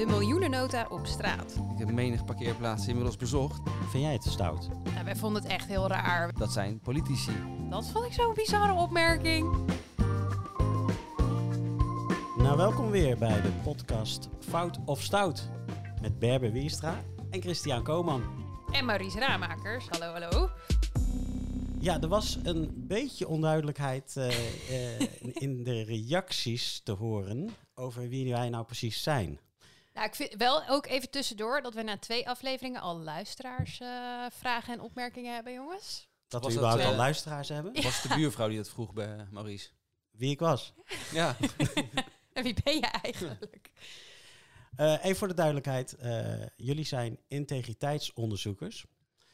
De miljoenennota op straat. Ik heb menig parkeerplaatsen inmiddels bezocht. Vind jij het te stout? Nou, wij vonden het echt heel raar. Dat zijn politici. Dat vond ik zo'n bizarre opmerking. Nou, welkom weer bij de podcast Fout of Stout. Met Berber Wierstra en Christian Koman. En Maurice Raamakers. Hallo, hallo. Ja, er was een beetje onduidelijkheid in de reacties te horen over wie wij nou precies zijn. Nou, ik vind wel ook even tussendoor dat we na 2 afleveringen al luisteraarsvragen en opmerkingen hebben, jongens. Dat Was we dat, überhaupt al luisteraars hebben. Was de buurvrouw die dat vroeg bij Maurice? Wie ik was. Ja. En wie ben je eigenlijk? Even voor de duidelijkheid. Jullie zijn integriteitsonderzoekers.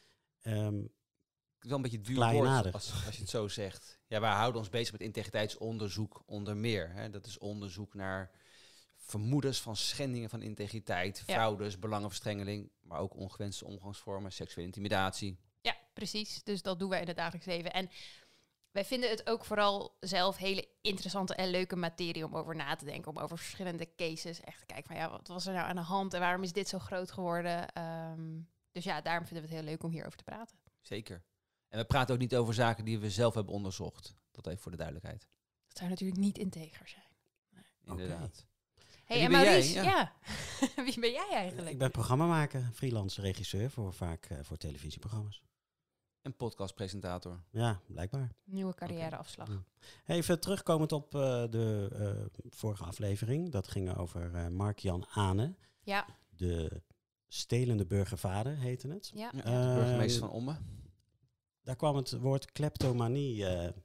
Wel een beetje een duur Klaar je woord nader. als je het zo zegt. Ja, wij houden ons bezig met integriteitsonderzoek onder meer. Hè. Dat is onderzoek naar vermoedens van schendingen van integriteit, Ja. fraudes, belangenverstrengeling, maar ook ongewenste omgangsvormen, seksuele intimidatie. Ja, precies. Dus dat doen wij in het dagelijks leven. En wij vinden het ook vooral zelf hele interessante en leuke materie om over na te denken. Om over verschillende cases echt te kijken van ja, wat was er nou aan de hand en waarom is dit zo groot geworden? Dus ja, daarom vinden we het heel leuk om hierover te praten. Zeker. En we praten ook niet over zaken die we zelf hebben onderzocht. Dat even voor de duidelijkheid. Dat zou natuurlijk niet integer zijn. Inderdaad. Hey, wie en ben jij? Maurice, Ja. Wie ben jij eigenlijk? Ik ben programmamaker, freelance regisseur voor televisieprogramma's. En podcastpresentator. Ja, blijkbaar. Nieuwe carrièreafslag. Ja. Even terugkomend op de vorige aflevering. Dat ging over Mark-Jan Ane. Ja. De stelende burgervader heette het. Ja. Ja, de burgemeester van Ommen. Daar kwam het woord kleptomanie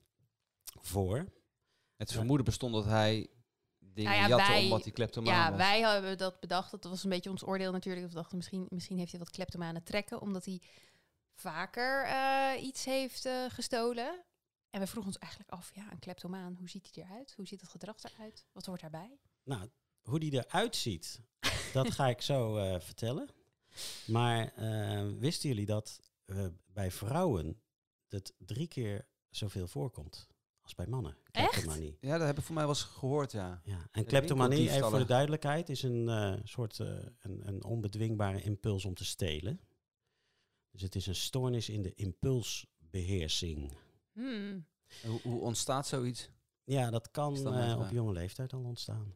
voor. Het vermoeden bestond dat hij dingen Nou ja, jatte wij- omdat hij kleptomaan Ja, was. wij hebben dat bedacht. Dat was een beetje ons oordeel natuurlijk. We dachten, misschien heeft hij wat kleptomane trekken, omdat hij vaker iets heeft gestolen. En we vroegen ons eigenlijk af, ja, een kleptomaan, hoe ziet hij eruit? Hoe ziet het gedrag eruit? Wat hoort daarbij? Nou, hoe die eruit ziet, dat ga ik zo vertellen. Maar wisten jullie dat bij vrouwen het 3 keer zoveel voorkomt als bij mannen? Echt? Kleptomanie. Ja, dat heb ik voor mij wel eens gehoord, ja. Ja. En kleptomanie, even voor de winkeldiefstallen. duidelijkheid, is een soort een onbedwingbare impuls om te stelen. Dus het is een stoornis in de impulsbeheersing. Hmm. Hoe ontstaat zoiets? Ja, dat kan Stel maar op vraag. jonge leeftijd al ontstaan.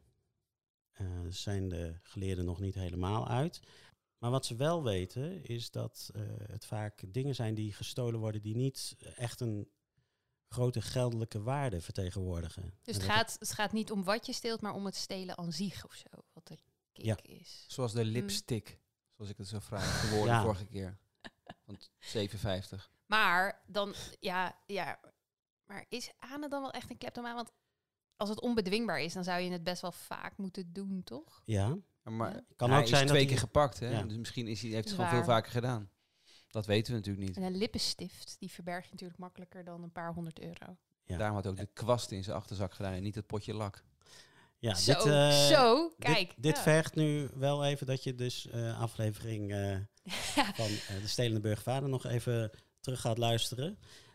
Zijn de geleerden nog niet helemaal uit. Maar wat ze wel weten is dat het vaak dingen zijn die gestolen worden die niet echt een grote geldelijke waarde vertegenwoordigen. Dus En het gaat niet om wat je steelt, maar om het stelen aan zich of zo. Wat de kick Ja. is. Zoals de lipstick, zoals ik het zo vraag geworden Ja. vorige keer. Want 7,50. Maar dan, ja, maar is Ane dan wel echt een kleptomaan? Want als het onbedwingbaar is, dan zou je het best wel vaak moeten doen, toch? Ja, Maar Ja. Kan hij ook is zijn dat 2 hij- keer gepakt, hè? Ja. Dus misschien heeft hij het is gewoon waar. veel vaker gedaan. Dat weten we natuurlijk niet. En een lippenstift, die verberg je natuurlijk makkelijker dan een paar €100. Ja. Daarom had hij ook de kwast in zijn achterzak gedaan en niet het potje lak. ja Zo, kijk. Dit Ja. vergt nu wel even dat je dus aflevering van de Stelende Burgervader nog even terug gaat luisteren.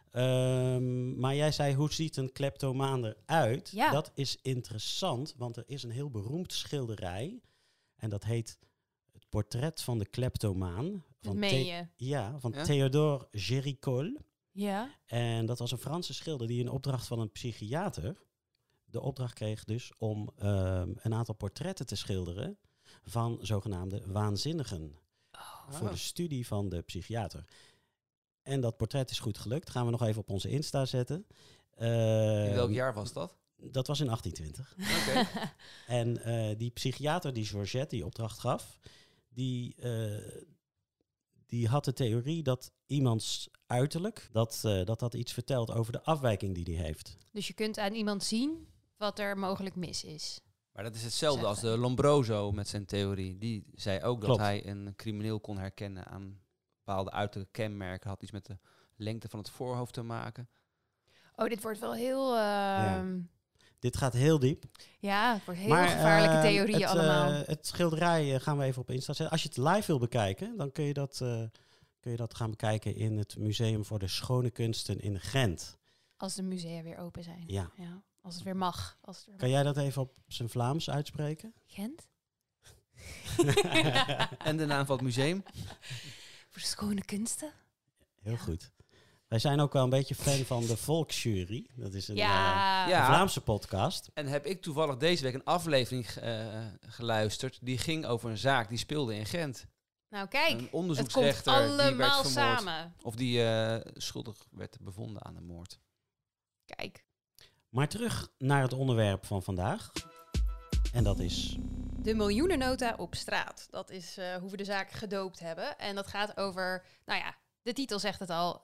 Maar jij zei, hoe ziet een kleptomaan eruit? Ja. Dat is interessant, want er is een heel beroemd schilderij. En dat heet Het Portret van de Kleptomaan. Dat Van meen je. van Ja? Théodore Géricault. Ja. En dat was een Franse schilder die in opdracht van een psychiater de opdracht kreeg dus om een aantal portretten te schilderen van zogenaamde waanzinnigen. Voor de studie van de psychiater. En dat portret is goed gelukt. Gaan we nog even op onze Insta zetten. In welk jaar was dat? Dat was in 1820. Oké. En die psychiater die Georgette die opdracht gaf, die had de theorie dat iemands uiterlijk, dat iets vertelt over de afwijking die die heeft. Dus je kunt aan iemand zien wat er mogelijk mis is. Maar dat is hetzelfde Zeg als de Lombroso met zijn theorie. Die zei ook Klopt. dat hij een crimineel kon herkennen aan bepaalde uiterlijke kenmerken. Had iets met de lengte van het voorhoofd te maken. Oh, dit wordt wel heel... Dit gaat heel diep. Ja, het wordt heel gevaarlijke theorieën allemaal. Het schilderij gaan we even op Insta zetten. Als je het live wil bekijken, dan kun je dat gaan bekijken in het Museum voor de Schone Kunsten in Gent. Als de musea weer open zijn. Ja. Als het weer mag. Kan jij dat even op zijn Vlaams uitspreken? Gent? En de naam van het museum. Voor de schone kunsten. Heel goed. Wij zijn ook wel een beetje fan van de Volksjury. Dat is een Ja. Vlaamse podcast. En heb ik toevallig deze week een aflevering geluisterd. Die ging over een zaak die speelde in Gent. Nou kijk, Een het komt onderzoeksrechter die werd allemaal vermoord. samen. Of die schuldig werd bevonden aan een moord. Kijk. Maar terug naar het onderwerp van vandaag. En dat is... De miljoenennota op straat. Dat is hoe we de zaak gedoopt hebben. En dat gaat over, nou ja, de titel zegt het al,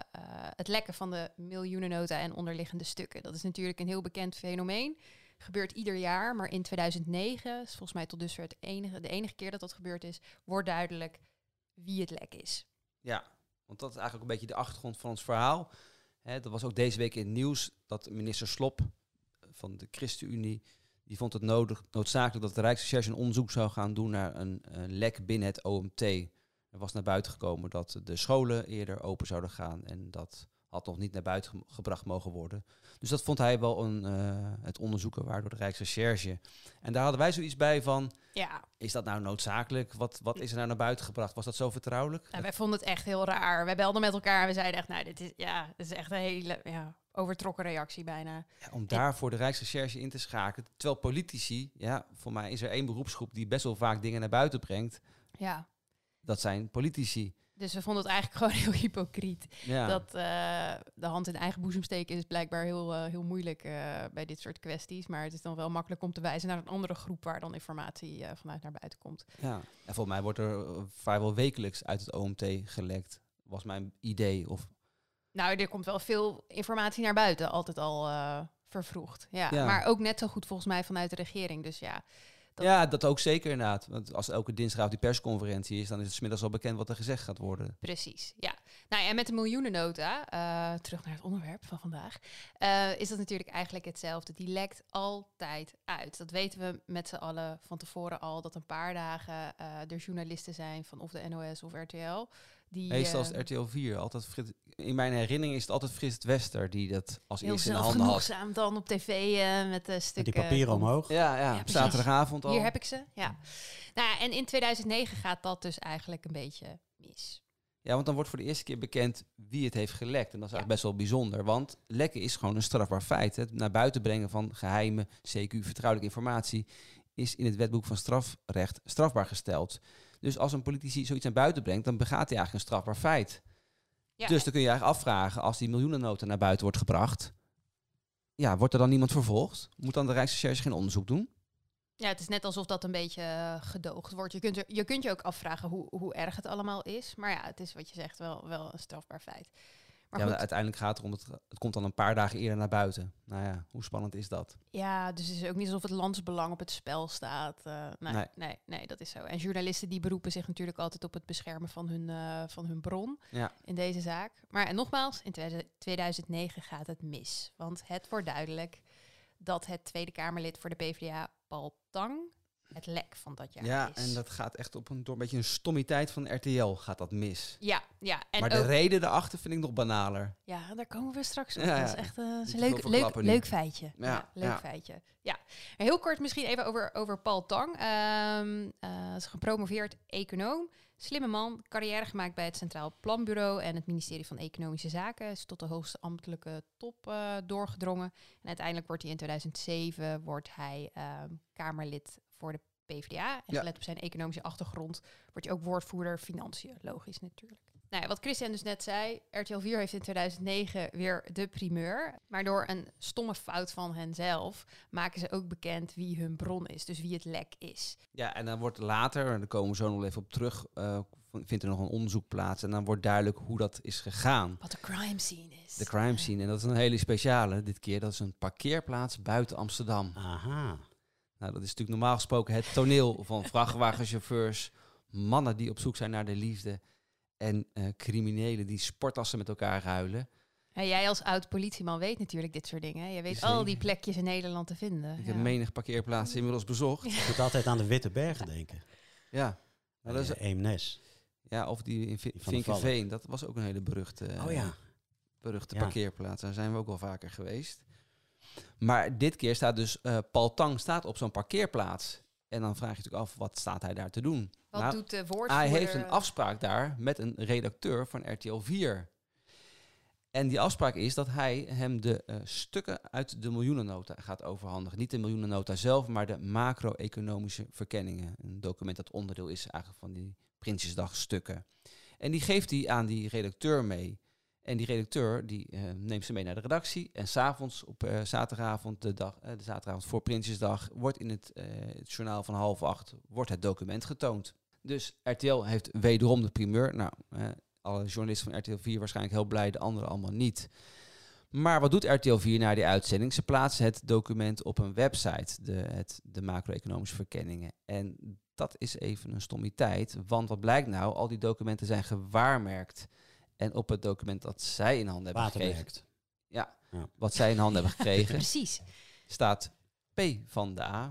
het lekken van de miljoenennota en onderliggende stukken. Dat is natuurlijk een heel bekend fenomeen. Gebeurt ieder jaar, maar in 2009, is volgens mij tot dusver de enige keer dat dat gebeurd is, wordt duidelijk wie het lek is. Ja, want dat is eigenlijk ook een beetje de achtergrond van ons verhaal. Dat was ook deze week in het nieuws dat minister Slop van de ChristenUnie, die vond het noodzakelijk dat de Rijksrecherche een onderzoek zou gaan doen naar een lek binnen het OMT. Er was naar buiten gekomen dat de scholen eerder open zouden gaan en dat had nog niet naar buiten gebracht mogen worden. Dus dat vond hij wel het onderzoeken waardoor de Rijksrecherche. En daar hadden wij zoiets bij van, Ja, is dat nou noodzakelijk? Wat is er nou naar buiten gebracht? Was dat zo vertrouwelijk? nou, wij vonden het echt heel raar. Wij belden met elkaar en we zeiden echt, nou, dit is echt een hele overtrokken reactie bijna. Ja, om daarvoor de Rijksrecherche in te schakelen. Terwijl politici, voor mij is er één beroepsgroep die best wel vaak dingen naar buiten brengt. Ja, Dat zijn politici. dus we vonden het eigenlijk gewoon heel hypocriet. Ja. Dat de hand in eigen boezem steken is blijkbaar heel moeilijk bij dit soort kwesties. Maar het is dan wel makkelijk om te wijzen naar een andere groep waar dan informatie vanuit naar buiten komt. Ja. En volgens mij wordt er vrijwel wekelijks uit het OMT gelekt. Was mijn idee. Of Nou, er komt wel veel informatie naar buiten, altijd al vervroegd. Ja. Ja. Maar ook net zo goed volgens mij vanuit de regering. Dus ja, dat- Ja, dat ook zeker inderdaad. Want als elke dinsdag die persconferentie is, dan is het 's middags al bekend wat er gezegd gaat worden. precies. Ja. Nou ja, en met de miljoenennota, terug naar het onderwerp van vandaag, is dat natuurlijk eigenlijk hetzelfde. Die lekt altijd uit. Dat weten we met z'n allen van tevoren al, dat een paar dagen er journalisten zijn van of de NOS of RTL. Die, Meestal is het RTL 4. Altijd in mijn herinnering is het altijd Frits Wester die dat als heel eerste in de handen had. zelfgenoegzaam dan op tv met de Met stukken. die papieren omhoog. Ja, precies. zaterdagavond al. Hier heb ik ze, ja. Nou ja, en in 2009 gaat dat dus eigenlijk een beetje mis. Ja, want dan wordt voor de eerste keer bekend wie het heeft gelekt. En dat is eigenlijk best wel bijzonder. Want lekken is gewoon een strafbaar feit. Het naar buiten brengen van geheime, CQ, vertrouwelijke informatie is in het wetboek van strafrecht strafbaar gesteld. Dus als een politici zoiets naar buiten brengt, dan begaat hij eigenlijk een strafbaar feit. Ja, Dus dan kun je eigenlijk afvragen, als die miljoenennota naar buiten wordt gebracht, ja, wordt er dan niemand vervolgd? Moet dan de Rijksrecherche geen onderzoek doen? ja, het is net alsof dat een beetje gedoogd wordt. Je kunt je ook afvragen hoe erg het allemaal is. Maar ja, het is wat je zegt wel een strafbaar feit. Maar Ja, goed, maar uiteindelijk gaat het erom, het komt dan een paar dagen eerder naar buiten. Nou ja, hoe spannend is dat? ja, dus het is ook niet alsof het landsbelang op het spel staat. Nee, dat is zo. En journalisten die beroepen zich natuurlijk altijd op het beschermen van hun bron Ja. in deze zaak. Maar en nogmaals, in 2009 gaat het mis. Want het wordt duidelijk dat het Tweede Kamerlid voor de PvdA, Paul Tang, het lek van dat jaar Ja, is. en dat gaat echt door een beetje een stommiteit van RTL gaat dat mis. Ja. En Maar ook, de reden daarachter vind ik nog banaler. ja, daar komen we straks op. Ja, Dat is ja. echt een Niet te veel verklappen nu. leuk feitje. Ja, Leuk ja. feitje. Ja. En heel kort misschien even over Paul Tang. Is gepromoveerd econoom. Slimme man, carrière gemaakt bij het Centraal Planbureau en het ministerie van Economische Zaken. Is tot de hoogste ambtelijke top doorgedrongen. En uiteindelijk wordt hij in 2007 Kamerlid voor de PvdA. En Ja. gelet op zijn economische achtergrond wordt hij ook woordvoerder financiën. Logisch natuurlijk. Nou ja, wat Christian dus net zei, RTL 4 heeft in 2009 weer de primeur. Maar door een stomme fout van henzelf maken ze ook bekend wie hun bron is. Dus wie het lek is. Ja, en dan wordt later, en daar komen we zo nog even op terug, vindt er nog een onderzoek plaats. En dan wordt duidelijk hoe dat is gegaan. Wat de crime scene is. De crime scene. En dat is een hele speciale dit keer. Dat is een parkeerplaats buiten Amsterdam. Aha. Nou, dat is natuurlijk normaal gesproken het toneel van vrachtwagenchauffeurs, mannen die op zoek zijn naar de liefde en criminelen die sporttassen met elkaar ruilen. Ja, jij als oud politieman weet natuurlijk dit soort dingen. Je weet Zeker. al die plekjes in Nederland te vinden. Ik heb menig parkeerplaatsen inmiddels bezocht. Ik moet altijd aan de Witte Bergen denken. Ja. Nou, dat is, Eemnes. ja, of die in van de Vinkenveen. Dat was ook een hele beruchte, Oh ja. beruchte Ja. parkeerplaats. Daar zijn we ook wel vaker geweest. Maar dit keer staat dus Paul Tang staat op zo'n parkeerplaats. En dan vraag je natuurlijk af, wat staat hij daar te doen? Wat Nou, doet de woordvoerder? hij heeft een afspraak daar met een redacteur van RTL 4. En die afspraak is dat hij hem de stukken uit de miljoenennota gaat overhandigen. Niet de miljoenennota zelf, maar de macro-economische verkenningen. Een document dat onderdeel is eigenlijk van die Prinsjesdagstukken. En die geeft hij aan die redacteur mee. En die redacteur die neemt ze mee naar de redactie. En 's avonds op zaterdagavond, de zaterdagavond voor Prinsjesdag, wordt in het journaal van 7:30 wordt het document getoond. Dus RTL heeft wederom de primeur. Nou, alle journalisten van RTL 4 waarschijnlijk heel blij, de anderen allemaal niet. Maar wat doet RTL 4 na die uitzending? Ze plaatsen het document op een website, de macro-economische verkenningen. En dat is even een stommiteit, want wat blijkt nou? Al die documenten zijn gewaarmerkt. En op het document dat zij in handen hebben gekregen, wat zij in handen hebben gekregen, Precies. staat P van de A.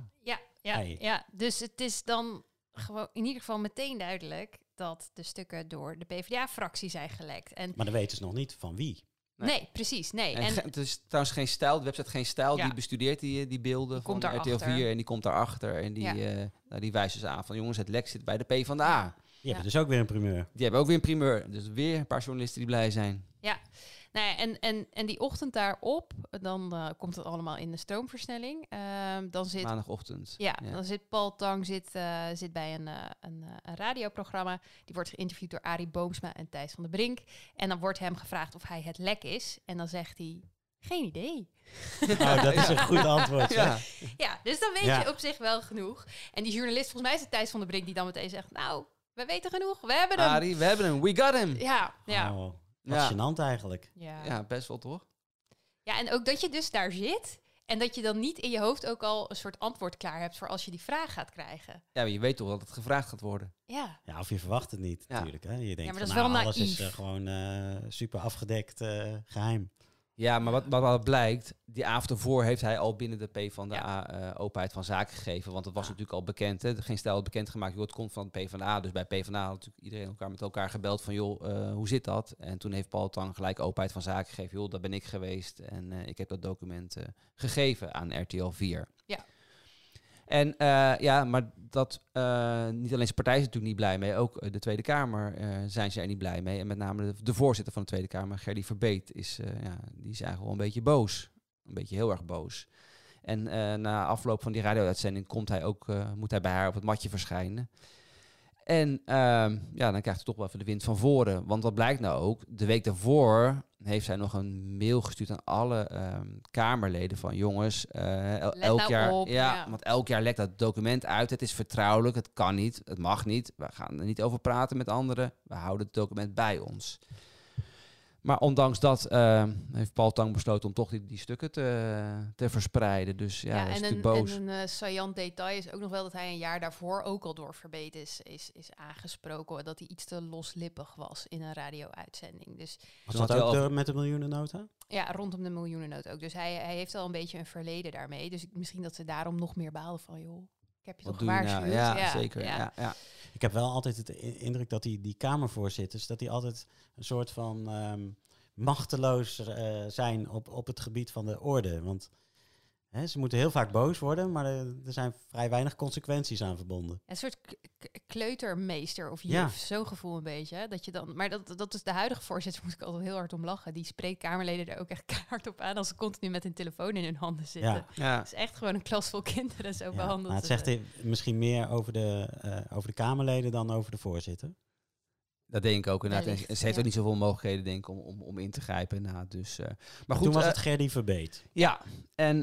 Ja. Dus het is dan gewoon in ieder geval meteen duidelijk dat de stukken door de PvdA-fractie zijn gelekt. Maar dan weten ze nog niet van wie. Nee, precies. Nee. En het is trouwens geen stijl, de website Geen Stijl, die bestudeert die beelden Die van komt RTL daarachter. 4 en die komt daarachter. En die wijzen ze aan van jongens, het lek zit bij de P van de A. Die hebben dus ook weer een primeur. Die hebben ook weer een primeur. Dus weer een paar journalisten die blij zijn. Ja, nou ja, en die ochtend daarop, dan komt het allemaal in de stroomversnelling. Dan zit Maandagochtend. dan zit Paul Tang zit bij een radioprogramma. Die wordt geïnterviewd door Arie Boomsma en Thijs van der Brink. En dan wordt hem gevraagd of hij het lek is. En dan zegt hij, geen idee. Oh, dat is een goed antwoord. Ja. Ja, dus dan weet je op zich wel genoeg. En die journalist, volgens mij is het Thijs van der Brink, die dan meteen zegt, nou, we weten genoeg, we hebben hem. Arie, we hebben hem. We got him. Ja. Oh, wat gênant eigenlijk. Ja, best wel toch? Ja, en ook dat je dus daar zit en dat je dan niet in je hoofd ook al een soort antwoord klaar hebt voor als je die vraag gaat krijgen. Ja, maar je weet toch dat het gevraagd gaat worden. Ja. Ja, of je verwacht het niet natuurlijk. Hè? Je denkt maar dat van, is wel alles is naïef. gewoon super afgedekt geheim. Ja, maar wat blijkt, die avond ervoor heeft hij al binnen de PvdA openheid van zaken gegeven. Want het was natuurlijk al bekend. Hè? Geen Stijl had bekendgemaakt, joh, het komt van de PvdA. Dus bij PvdA had natuurlijk iedereen met elkaar gebeld van, joh, hoe zit dat? En toen heeft Paul Tang gelijk openheid van zaken gegeven. Joh, dat ben ik geweest. En ik heb dat document gegeven aan RTL 4. Ja. En maar dat niet alleen zijn partij is er natuurlijk niet blij mee, ook de Tweede Kamer zijn ze er niet blij mee. En met name de voorzitter van de Tweede Kamer, Gerdy Verbeet, die is eigenlijk wel een beetje boos. Een beetje heel erg boos. En na afloop van die radio-uitzending moet hij bij haar op het matje verschijnen. En dan krijgt hij toch wel even de wind van voren. Want wat blijkt nou ook? De week daarvoor heeft zij nog een mail gestuurd aan alle Kamerleden van jongens, elk jaar. op, Want elk jaar lekt dat document uit. Het is vertrouwelijk, het kan niet, het mag niet. We gaan er niet over praten met anderen. We houden het document bij ons. Maar ondanks dat heeft Paul Tang besloten om toch die stukken te verspreiden. Dus ja, hij is natuurlijk boos. En een saillant detail is ook nog wel dat hij een jaar daarvoor ook al door Verbeet is aangesproken. Dat hij iets te loslippig was in een radio-uitzending. Dus Was dat ook met de miljoenennota? ja, rondom de miljoenennoot ook. Dus hij heeft al een beetje een verleden daarmee. Dus misschien dat ze daarom nog meer baalden van, joh, ik heb je toch gewaarschuwd. Nou? Ja, zeker. Ja. Ik heb wel altijd het indruk dat die Kamervoorzitters, dat die altijd een soort van machteloos zijn op het gebied van de orde. Want ze moeten heel vaak boos worden, maar er zijn vrij weinig consequenties aan verbonden. Een soort kleutermeester of juf, zo'n gevoel een beetje. Hè? Dat je dan, maar dat is de huidige voorzitter, moet ik altijd heel hard om lachen. Die spreekt Kamerleden er ook echt keihard op aan als ze continu met hun telefoon in hun handen zitten. Ja. Het is echt gewoon een klas vol kinderen zo behandeld. Maar het zegt misschien meer over de Kamerleden dan over de voorzitter. Dat denk ik ook inderdaad. Wellicht, En ze heeft ook niet zoveel mogelijkheden, denk ik, om in te grijpen. Nou, dus, maar goed, toen was het Gerdy Verbeet. Ja, en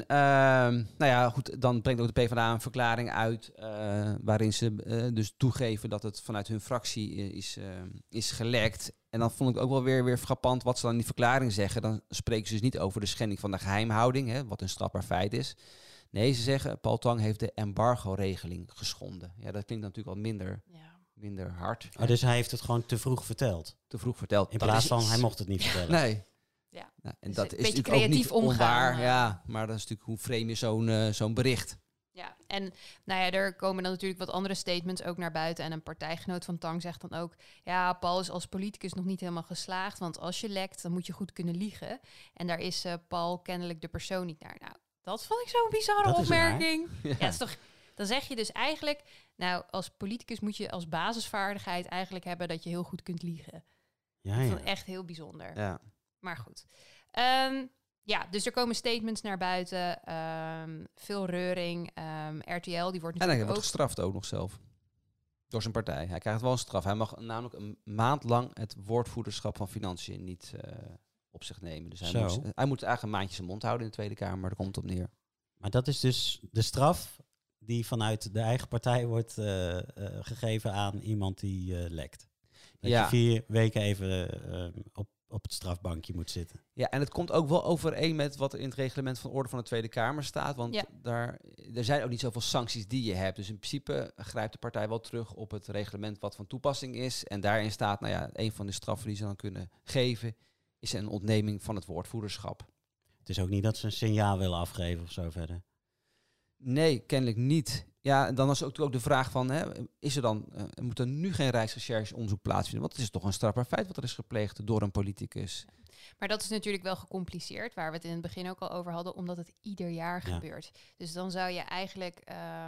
goed, dan brengt ook de PvdA een verklaring uit waarin ze dus toegeven dat het vanuit hun fractie is gelekt. En dan vond ik ook wel weer frappant wat ze dan in die verklaring zeggen. Dan spreken ze dus niet over de schending van de geheimhouding, wat een strafbaar feit is. Nee, ze zeggen, Paul Tang heeft de embargo-regeling geschonden. Ja, dat klinkt natuurlijk wat minder hard. Oh, dus hij heeft het gewoon te vroeg verteld? Te vroeg verteld. In plaats van, hij mocht het niet vertellen. Nee. Ja. Nou, en Dus dat een is beetje natuurlijk ook niet creatief omgaan, onwaar. Ja, maar dat is natuurlijk hoe frame je zo'n bericht. Ja, en er komen dan natuurlijk wat andere statements ook naar buiten. En een partijgenoot van Tang zegt dan ook, ja, Paul is als politicus nog niet helemaal geslaagd. Want als je lekt, dan moet je goed kunnen liegen. En daar is Paul kennelijk de persoon niet naar. Nou, dat vond ik zo'n bizarre opmerking. Ja, Dan zeg je dus eigenlijk, nou, als politicus moet je als basisvaardigheid eigenlijk hebben dat je heel goed kunt liegen. Ja, Ik ja. vond het echt heel bijzonder. Ja. Maar goed. Ja, dus er komen statements naar buiten. Veel reuring. RTL, die wordt En hij natuurlijk wordt ook... gestraft ook nog zelf. Door zijn partij. Hij krijgt wel een straf. Hij mag namelijk een maand lang het woordvoerderschap van Financiën niet op zich nemen. Dus hij moet eigenlijk een maandje zijn mond houden in de Tweede Kamer. Daar komt het op neer. Maar dat is dus de straf die vanuit de eigen partij wordt gegeven aan iemand die lekt. Dat Ja. je 4 weken even op het strafbankje moet zitten. Ja, en het komt ook wel overeen met wat er in het reglement van orde van de Tweede Kamer staat. Want er zijn ook niet zoveel sancties die je hebt. Dus in principe grijpt de partij wel terug op het reglement wat van toepassing is. En daarin staat, nou ja, een van de straffen die ze dan kunnen geven is een ontneming van het woordvoerderschap. Het is ook niet dat ze een signaal willen afgeven of zo verder. Nee, kennelijk niet. Ja, en dan is ook de vraag van, is er dan, moet er nu geen rijksrecherche-onderzoek plaatsvinden? Want het is toch een strafbaar feit wat er is gepleegd door een politicus. Maar dat is natuurlijk wel gecompliceerd, waar we het in het begin ook al over hadden, omdat het ieder jaar gebeurt. Dus dan zou je eigenlijk,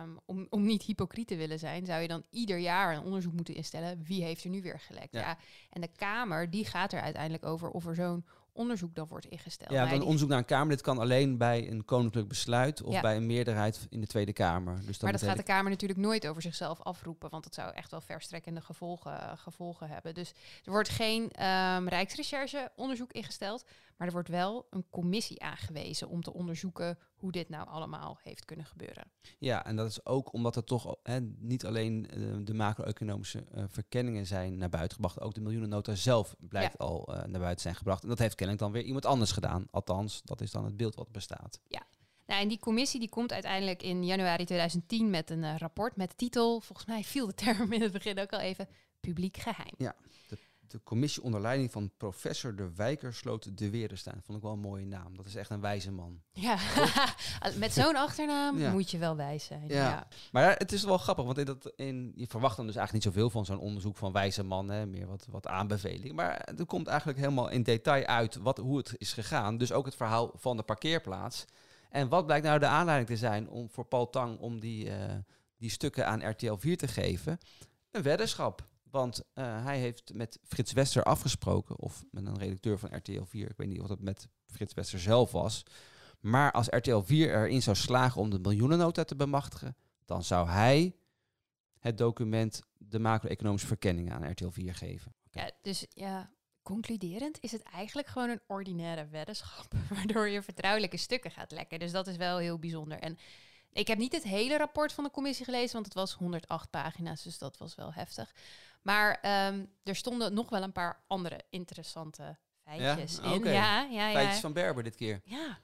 om niet hypocriet te willen zijn, zou je dan ieder jaar een onderzoek moeten instellen. Wie heeft er nu weer gelekt? Ja. En de Kamer, die gaat er uiteindelijk over of er zo'n onderzoek dan wordt ingesteld. Ja, een onderzoek naar een Kamerlid kan alleen bij een koninklijk besluit of bij een meerderheid in de Tweede Kamer. Dus dan maar dat gaat de Kamer natuurlijk nooit over zichzelf afroepen, want het zou echt wel verstrekkende gevolgen hebben. Dus er wordt geen Rijksrecherche-onderzoek ingesteld, maar er wordt wel een commissie aangewezen om te onderzoeken hoe dit nou allemaal heeft kunnen gebeuren. Ja, en dat is ook omdat er toch niet alleen de macro-economische verkenningen zijn naar buiten gebracht, ook de miljoenennota zelf blijkt al naar buiten zijn gebracht. En dat heeft kennelijk dan weer iemand anders gedaan. Althans, dat is dan het beeld wat bestaat. Ja. Nou, en die commissie die komt uiteindelijk in januari 2010 met een rapport met titel, volgens mij viel de term in het begin ook al even, publiek geheim. Ja, de commissie onder leiding van professor De Wijker sloot de Weerestein. Vond ik wel een mooie naam. Dat is echt een wijze man. Ja, met zo'n achternaam moet je wel wijs zijn. Ja. Maar het is wel grappig, want je verwacht dan dus eigenlijk niet zoveel van zo'n onderzoek van wijze man. Meer wat aanbeveling. Maar er komt eigenlijk helemaal in detail uit hoe het is gegaan. Dus ook het verhaal van de parkeerplaats. En wat blijkt nou de aanleiding te zijn voor Paul Tang om die stukken aan RTL 4 te geven? Een weddenschap. Want hij heeft met Frits Wester afgesproken, of met een redacteur van RTL 4, ik weet niet of dat met Frits Wester zelf was. Maar als RTL 4 erin zou slagen om de miljoenennota te bemachtigen, dan zou hij het document de macro-economische verkenningen aan RTL 4 geven. Ja, dus concluderend is het eigenlijk gewoon een ordinaire weddenschap, waardoor je vertrouwelijke stukken gaat lekken. Dus dat is wel heel bijzonder. En ik heb niet het hele rapport van de commissie gelezen, want het was 108 pagina's, dus dat was wel heftig. Maar er stonden nog wel een paar andere interessante feitjes in. Okay. Ja. Feitjes van Berber dit keer. Ja.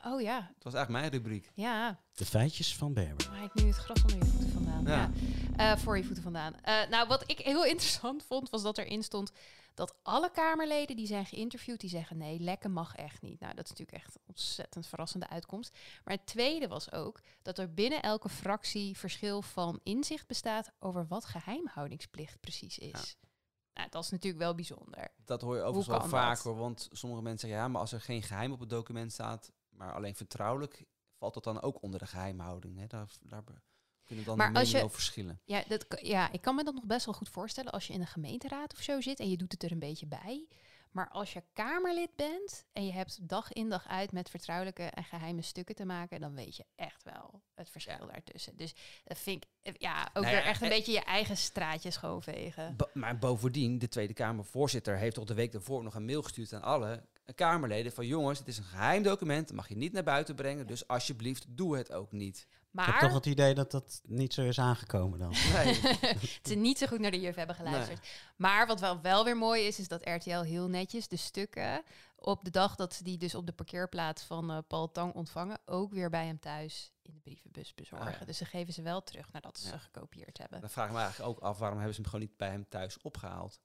Het was eigenlijk mijn rubriek. Ja. De feitjes van Berber. Maar ik nu het gras onder je voeten vandaan. Ja. Voor je voeten vandaan. Nou, wat ik heel interessant vond, was dat erin stond dat alle Kamerleden die zijn geïnterviewd, die zeggen nee, lekken mag echt niet. Nou, dat is natuurlijk echt een ontzettend verrassende uitkomst. Maar het tweede was ook dat er binnen elke fractie verschil van inzicht bestaat over wat geheimhoudingsplicht precies is. Ja. Nou, dat is natuurlijk wel bijzonder. Dat hoor je overigens wel vaker, want sommige mensen zeggen, maar als er geen geheim op het document staat, maar alleen vertrouwelijk, valt dat dan ook onder de geheimhouding. Hè? Daar kunnen dan de meningen over verschillen. Ja, ik kan me dat nog best wel goed voorstellen als je in een gemeenteraad of zo zit en je doet het er een beetje bij. Maar als je Kamerlid bent en je hebt dag in dag uit met vertrouwelijke en geheime stukken te maken, dan weet je echt wel het verschil daartussen. Dus dat vind ik weer echt een beetje je eigen straatje schoonvegen. Maar bovendien, de Tweede Kamervoorzitter heeft toch de week daarvoor nog een mail gestuurd aan alle Kamerleden van jongens, het is een geheim document, dat mag je niet naar buiten brengen, dus alsjeblieft doe het ook niet. Maar ik heb toch het idee dat dat niet zo is aangekomen dan. Nee. Ze niet zo goed naar de juf hebben geluisterd. Nee. Maar wat wel weer mooi is dat RTL heel netjes de stukken op de dag dat ze die dus op de parkeerplaats van Paul Tang ontvangen, ook weer bij hem thuis in de brievenbus bezorgen. Dus ze geven ze wel terug nadat ze gekopieerd hebben. Dan vraag ik me eigenlijk ook af, waarom hebben ze hem gewoon niet bij hem thuis opgehaald?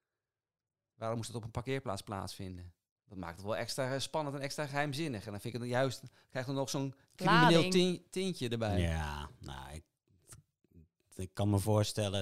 Waarom moest het op een parkeerplaats plaatsvinden? Dat maakt het wel extra spannend en extra geheimzinnig. En dan vind ik het juist, krijg je nog zo'n crimineel tintje erbij. Ja, nou, ik kan me voorstellen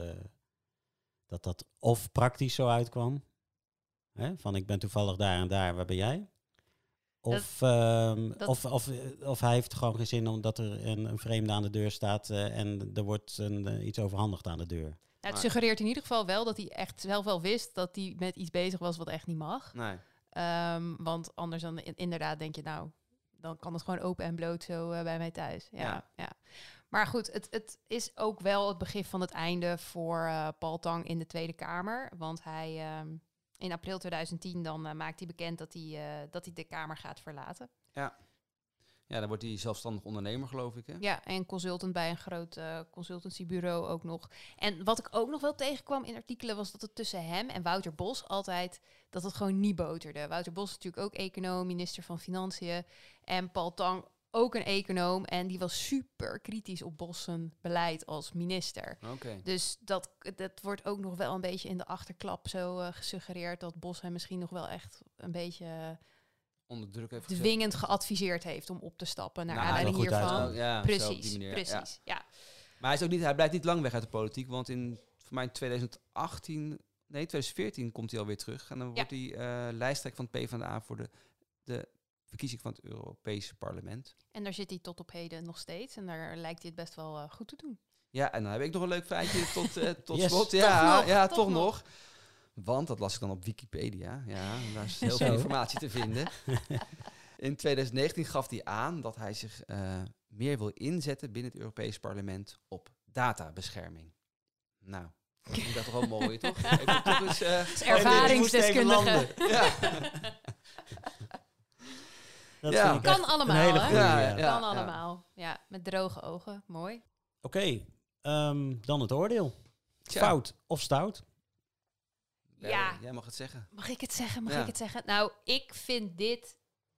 dat of praktisch zo uitkwam. Hè? Van ik ben toevallig daar en daar, waar ben jij? Of, dat- of hij heeft gewoon geen zin omdat er een vreemde aan de deur staat en er wordt iets overhandigd aan de deur. Nou, het Maar- suggereert in ieder geval wel dat hij echt zelf wel wist dat hij met iets bezig was wat echt niet mag. Nee. Want anders dan inderdaad denk je, nou, dan kan het gewoon open en bloot zo bij mij thuis. Ja. Maar goed, het is ook wel het begin van het einde voor Paul Tang in de Tweede Kamer. Want hij in april 2010 dan maakt hij bekend dat hij de Kamer gaat verlaten. Ja, dan wordt hij zelfstandig ondernemer, geloof ik. Hè? Ja, en consultant bij een groot consultancybureau ook nog. En wat ik ook nog wel tegenkwam in artikelen was dat het tussen hem en Wouter Bos altijd, dat het gewoon niet boterde. Wouter Bos is natuurlijk ook econoom, minister van Financiën. En Paul Tang ook een econoom. En die was super kritisch op Bos zijn beleid als minister. Oké. Dus dat wordt ook nog wel een beetje in de achterklap zo gesuggereerd dat Bos hem misschien nog wel echt een beetje Onder druk heeft gezet. dwingend geadviseerd heeft om op te stappen naar Nou, aanleiding wel goed hiervan. uitkomt. Ja, zo op die Precies, manier, precies. ja. Ja. Maar hij blijft niet lang weg uit de politiek, want voor mij in 2014 komt hij alweer terug. En dan wordt hij lijsttrekker van het PvdA voor de verkiezing van het Europese parlement. En daar zit hij tot op heden nog steeds. En daar lijkt hij het best wel goed te doen. Ja, en dan heb ik nog een leuk feitje tot Yes. slot. Toch Ja, nog, ja, toch toch nog. nog. Want, dat las ik dan op Wikipedia. Ja, daar is heel Zo. veel informatie te vinden. In 2019 gaf hij aan dat hij zich meer wil inzetten binnen het Europese parlement op databescherming. Nou, dat vind ik dat toch wel mooi, toch? Even toch eens, Dat is ervaringsdeskundige. ja. Dat Ja. vind ik echt Kan allemaal, een hele hè? goeie, Ja, ja. ja. Kan allemaal. Ja, met droge ogen. Mooi. Oké, dan het oordeel. Tja. Fout of stout? Ja. Jij mag het zeggen. Mag ik het zeggen? Mag Ja. ik het zeggen? Nou, ik vind dit...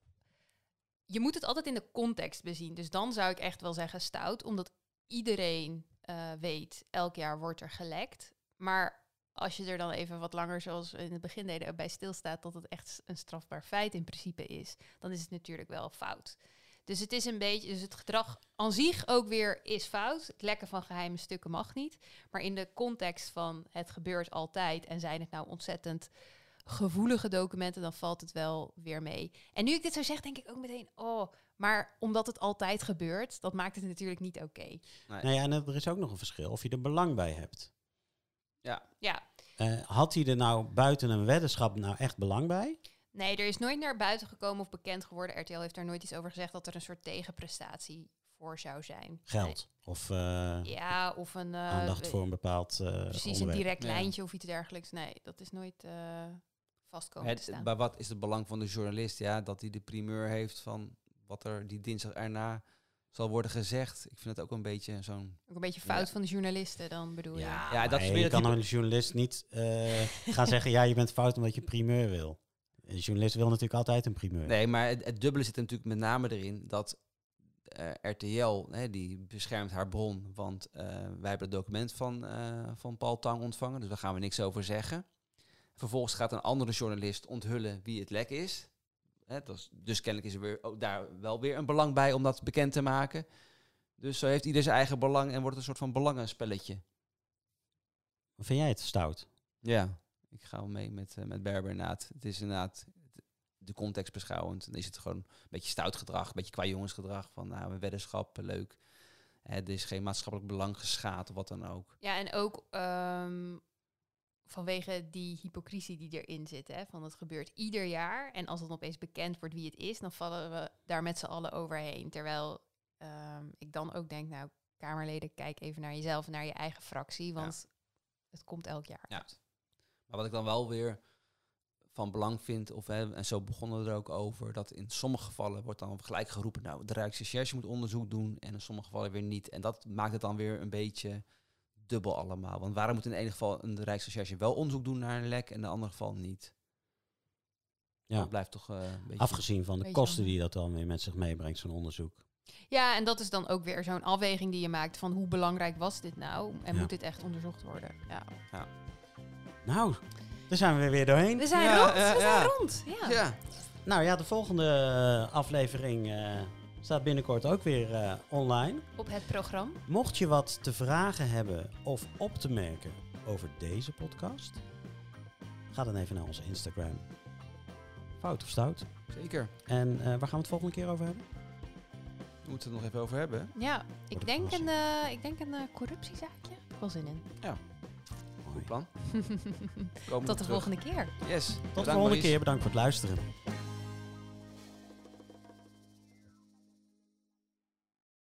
Je moet het altijd in de context bezien. Dus dan zou ik echt wel zeggen stout. Omdat iedereen weet, elk jaar wordt er gelekt. Maar als je er dan even wat langer, zoals we in het begin deden, bij stilstaat dat het echt een strafbaar feit in principe is, dan is het natuurlijk wel fout. Dus het is een beetje, dus het gedrag aan zich ook weer is fout. Het lekken van geheime stukken mag niet. Maar in de context van het gebeurt altijd en zijn het nou ontzettend gevoelige documenten, dan valt het wel weer mee. En nu ik dit zo zeg, denk ik ook meteen, maar omdat het altijd gebeurt, dat maakt het natuurlijk niet oké. Nee. Nou ja, en er is ook nog een verschil of je er belang bij hebt. Ja, Had hij er nou buiten een weddenschap nou echt belang bij? nee, er is nooit naar buiten gekomen of bekend geworden. RTL heeft daar nooit iets over gezegd dat er een soort tegenprestatie voor zou zijn. Geld of Nee. Ja, of een... aandacht voor een bepaald precies, een onderwerp. direct Ja. lijntje of iets dergelijks. Nee, dat is nooit vast komen te staan. Maar wat is het belang van de journalist? Ja, dat hij de primeur heeft van wat er die dinsdag erna zal worden gezegd. Ik vind het ook een beetje zo'n... Ook een beetje fout Ja. van de journalisten dan, bedoel je? Ja, Ja, dat is maar weer je het kan een journalist niet gaan zeggen, ja, je bent fout omdat je primeur wil. Een journalist wil natuurlijk altijd een primeur. Nee, maar het dubbele zit er natuurlijk met name erin dat RTL, die beschermt haar bron, want wij hebben het document van Paul Tang ontvangen, dus daar gaan we niks over zeggen. Vervolgens gaat een andere journalist onthullen wie het lek is. Dus kennelijk is er weer daar wel weer een belang bij om dat bekend te maken. Dus zo heeft ieder zijn eigen belang en wordt het een soort van belangenspelletje. Vind jij het stout? Ja, ik ga wel mee met Berber inderdaad. Het is inderdaad de context beschouwend. Dan is het gewoon een beetje stout gedrag, een beetje qua jongensgedrag. Van een weddenschap, leuk. Er is geen maatschappelijk belang geschaad of wat dan ook. Ja, en ook vanwege die hypocrisie die erin zit. Hè, van het gebeurt ieder jaar. En als dan opeens bekend wordt wie het is, dan vallen we daar met z'n allen overheen. Terwijl ik dan ook denk, nou, Kamerleden, kijk even naar jezelf en naar je eigen fractie. Want het komt elk jaar Ja. uit. Maar wat ik dan wel weer van belang vind, en zo begonnen we er ook over, dat in sommige gevallen wordt dan gelijk geroepen, nou, de Rijksrecherche moet onderzoek doen en in sommige gevallen weer niet. En dat maakt het dan weer een beetje dubbel allemaal. Want waarom moet in één geval een Rijksrecherche wel onderzoek doen naar een lek en in de andere geval niet? Ja. Dat blijft toch een beetje... Afgezien van de Beetje kosten jammer. die dat dan weer met zich meebrengt, zo'n onderzoek. Ja, en dat is dan ook weer zo'n afweging die je maakt van hoe belangrijk was dit nou? En Ja. moet dit echt onderzocht worden? Ja. Nou, daar zijn we weer doorheen. We zijn Ja, rond, ja, we ja. zijn rond. Ja. Ja, Nou ja, de volgende aflevering staat binnenkort ook weer online. Op het programma. Mocht je wat te vragen hebben of op te merken over deze podcast, ga dan even naar onze Instagram. Fout of stout? Zeker. En waar gaan we het volgende keer over hebben? We moeten het nog even over hebben. Ja, de ik denk verrassing. een corruptiezaakje. Heb ik wel zin in. Mooi. Goed plan. Tot de volgende keer. Yes. Tot de volgende keer. Bedankt voor het luisteren.